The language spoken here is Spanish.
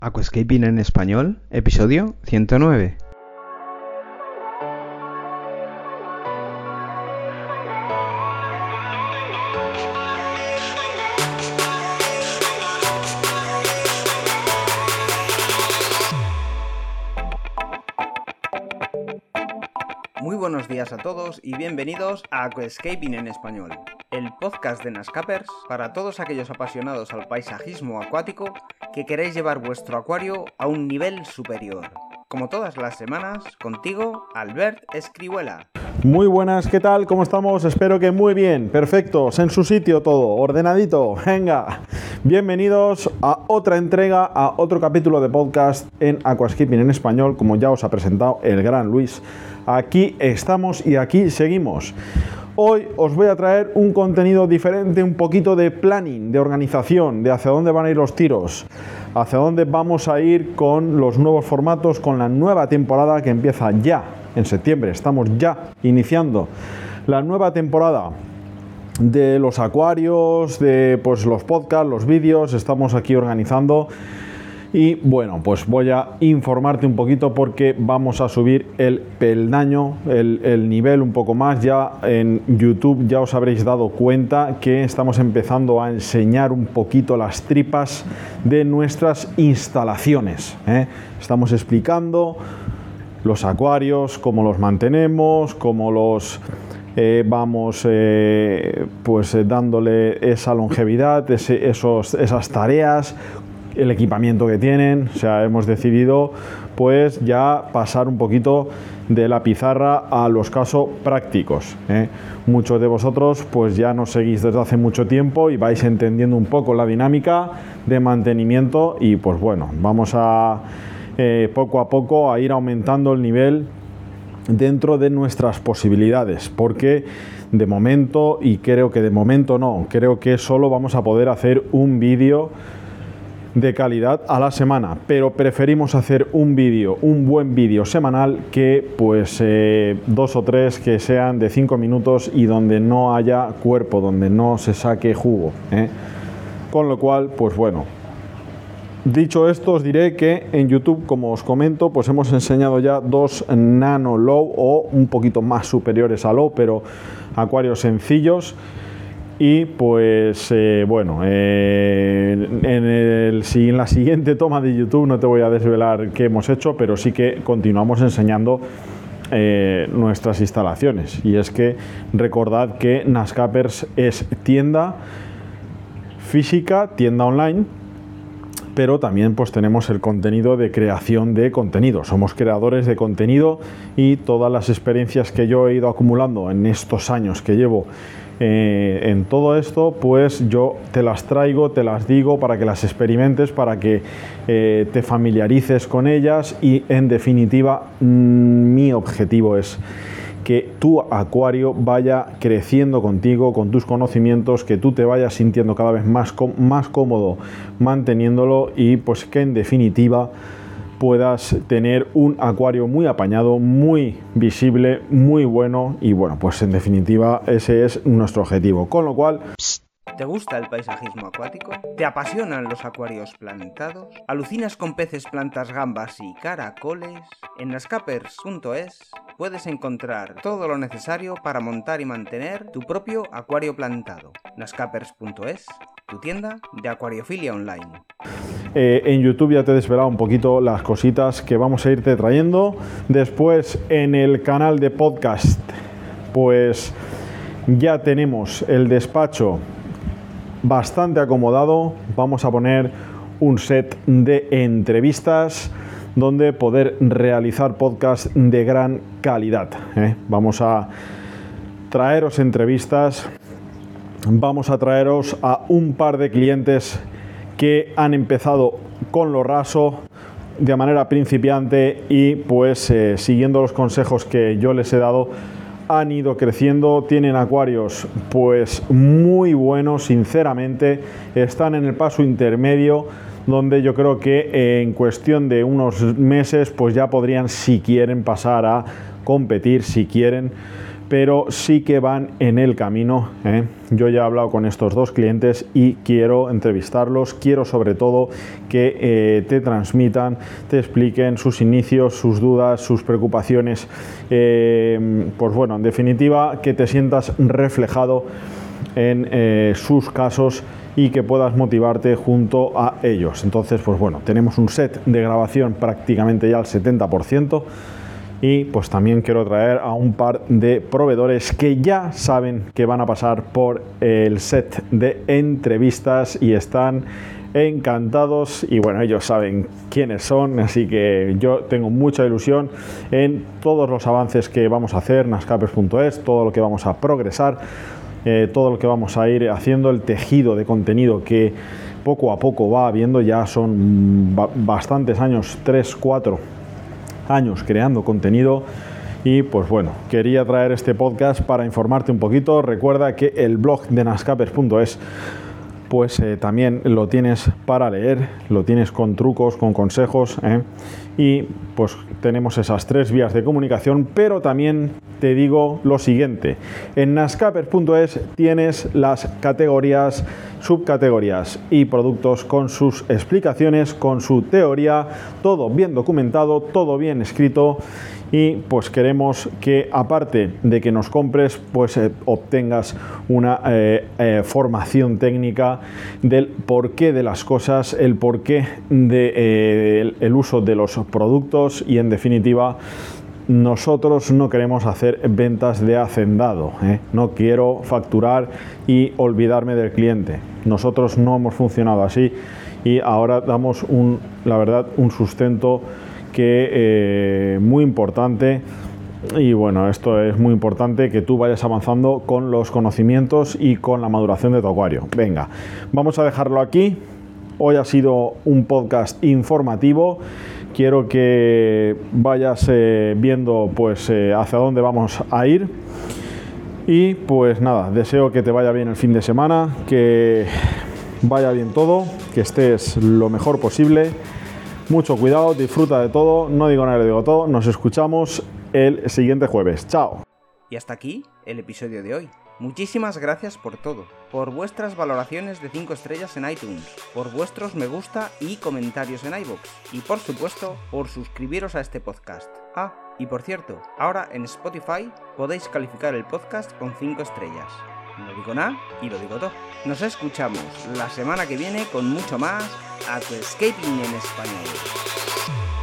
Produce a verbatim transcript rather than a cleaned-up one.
Aquascaping en español, episodio ciento nueve. Muy buenos días a todos y bienvenidos a Aquascaping en español, el podcast de Nascapers para todos aquellos apasionados al paisajismo acuático que queréis llevar vuestro acuario a un nivel superior. Como todas las semanas, contigo, Albert Escrihuela. Muy buenas, ¿qué tal? ¿Cómo estamos? Espero que muy bien, perfectos, en su sitio todo, ordenadito, venga. Bienvenidos a otra entrega, a otro capítulo de podcast en Aquascaping en español, como ya os ha presentado el gran Luis. Aquí estamos y aquí seguimos. Hoy os voy a traer un contenido diferente, un poquito de planning, de organización, de hacia dónde van a ir los tiros, hacia dónde vamos a ir con los nuevos formatos, con la nueva temporada que empieza ya en septiembre. Estamos ya iniciando la nueva temporada de los acuarios, de pues los podcasts, los vídeos. Estamos aquí organizando. Y bueno, pues voy a informarte un poquito porque vamos a subir el peldaño, el, el nivel un poco más. Ya en YouTube ya os habréis dado cuenta que estamos empezando a enseñar un poquito las tripas de nuestras instalaciones, ¿eh? Estamos explicando los acuarios, cómo los mantenemos, cómo los eh, vamos eh, pues eh, dándole esa longevidad, ese, esos, esas tareas, el equipamiento que tienen. O sea, hemos decidido pues ya pasar un poquito de la pizarra a los casos prácticos, ¿eh? Muchos de vosotros pues ya nos seguís desde hace mucho tiempo y vais entendiendo un poco la dinámica de mantenimiento y pues bueno, vamos a eh, poco a poco a ir aumentando el nivel dentro de nuestras posibilidades, porque de momento, y creo que de momento no, creo que solo vamos a poder hacer un vídeo de calidad a la semana, pero preferimos hacer un vídeo, un buen vídeo semanal que pues eh, dos o tres que sean de cinco minutos y donde no haya cuerpo, donde no se saque jugo, ¿eh? Con lo cual, pues bueno, dicho esto, os diré que en YouTube, como os comento, pues hemos enseñado ya dos nano low o un poquito más superiores a low, pero acuarios sencillos. Y pues eh, bueno, eh, en, el, si en la siguiente toma de YouTube no te voy a desvelar qué hemos hecho, pero sí que continuamos enseñando eh, nuestras instalaciones. Y es que recordad que Nascapers es tienda física, tienda online, pero también pues tenemos el contenido de creación de contenido. Somos creadores de contenido y todas las experiencias que yo he ido acumulando en estos años que llevo Eh, en todo esto, pues yo te las traigo, te las digo para que las experimentes, para que eh, te familiarices con ellas y en definitiva mmm, mi objetivo es que tu acuario vaya creciendo contigo, con tus conocimientos, que tú te vayas sintiendo cada vez más, más cómodo manteniéndolo y pues que en definitiva puedas tener un acuario muy apañado, muy visible, muy bueno y bueno, pues en definitiva ese es nuestro objetivo. Con lo cual, ¿te gusta el paisajismo acuático? ¿Te apasionan los acuarios plantados? ¿Alucinas con peces, plantas, gambas y caracoles? En nascapers punto es puedes encontrar todo lo necesario para montar y mantener tu propio acuario plantado. nascapers punto es, tu tienda de acuariofilia online. Eh, en YouTube ya te he desvelado un poquito las cositas que vamos a irte trayendo. Después en el canal de podcast pues ya tenemos el despacho bastante acomodado. Vamos a poner un set de entrevistas donde poder realizar podcast de gran calidad, ¿eh? Vamos a traeros entrevistas, vamos a traeros a un par de clientes que han empezado con lo raso de manera principiante y pues eh, siguiendo los consejos que yo les he dado han ido creciendo, tienen acuarios pues muy buenos, sinceramente, están en el paso intermedio donde yo creo que eh, en cuestión de unos meses pues ya podrían, si quieren, pasar a competir, si quieren, pero sí que van en el camino, ¿eh? Yo ya he hablado con estos dos clientes y quiero entrevistarlos, quiero sobre todo que eh, te transmitan, te expliquen sus inicios, sus dudas, sus preocupaciones, eh, pues bueno, en definitiva, que te sientas reflejado en eh, sus casos y que puedas motivarte junto a ellos. Entonces, pues bueno, tenemos un set de grabación prácticamente ya al setenta por ciento. Y pues también quiero traer a un par de proveedores que ya saben que van a pasar por el set de entrevistas y están encantados, y bueno, ellos saben quiénes son, así que yo tengo mucha ilusión en todos los avances que vamos a hacer, nascapers punto es, todo lo que vamos a progresar, eh, todo lo que vamos a ir haciendo, el tejido de contenido que poco a poco va habiendo. Ya son bastantes años, tres, cuatro años creando contenido, y pues bueno, quería traer este podcast para informarte un poquito. Recuerda que el blog de nascapers punto es pues eh, también lo tienes para leer, lo tienes con trucos, con consejos, ¿eh? Y pues tenemos esas tres vías de comunicación, pero también te digo lo siguiente: en nascapers punto es tienes las categorías, subcategorías y productos con sus explicaciones, con su teoría, todo bien documentado, todo bien escrito. Y pues queremos que, aparte de que nos compres, pues eh, obtengas una eh, eh, formación técnica del porqué de las cosas, el porqué de, eh, el, el uso de los productos, y en definitiva, nosotros no queremos hacer ventas de hacendado, ¿eh? No quiero facturar y olvidarme del cliente. Nosotros no hemos funcionado así, y ahora damos un, la verdad, un sustento que eh, muy importante. Y bueno, esto es muy importante, que tú vayas avanzando con los conocimientos y con la maduración de tu acuario. Venga, vamos a dejarlo aquí. Hoy ha sido un podcast informativo. Quiero que vayas eh, viendo pues eh, hacia dónde vamos a ir. Y pues nada, deseo que te vaya bien el fin de semana, que vaya bien todo, que estés lo mejor posible. Mucho cuidado, disfruta de todo, no digo nada, le digo todo. Nos escuchamos el siguiente jueves. Chao. Y hasta aquí el episodio de hoy. Muchísimas gracias por todo, por vuestras valoraciones de cinco estrellas en iTunes, por vuestros me gusta y comentarios en iVoox, y por supuesto, por suscribiros a este podcast. Ah, y por cierto, ahora en Spotify podéis calificar el podcast con cinco estrellas. No digo nada y lo digo todo. Nos escuchamos la semana que viene con mucho más Aquascaping en español.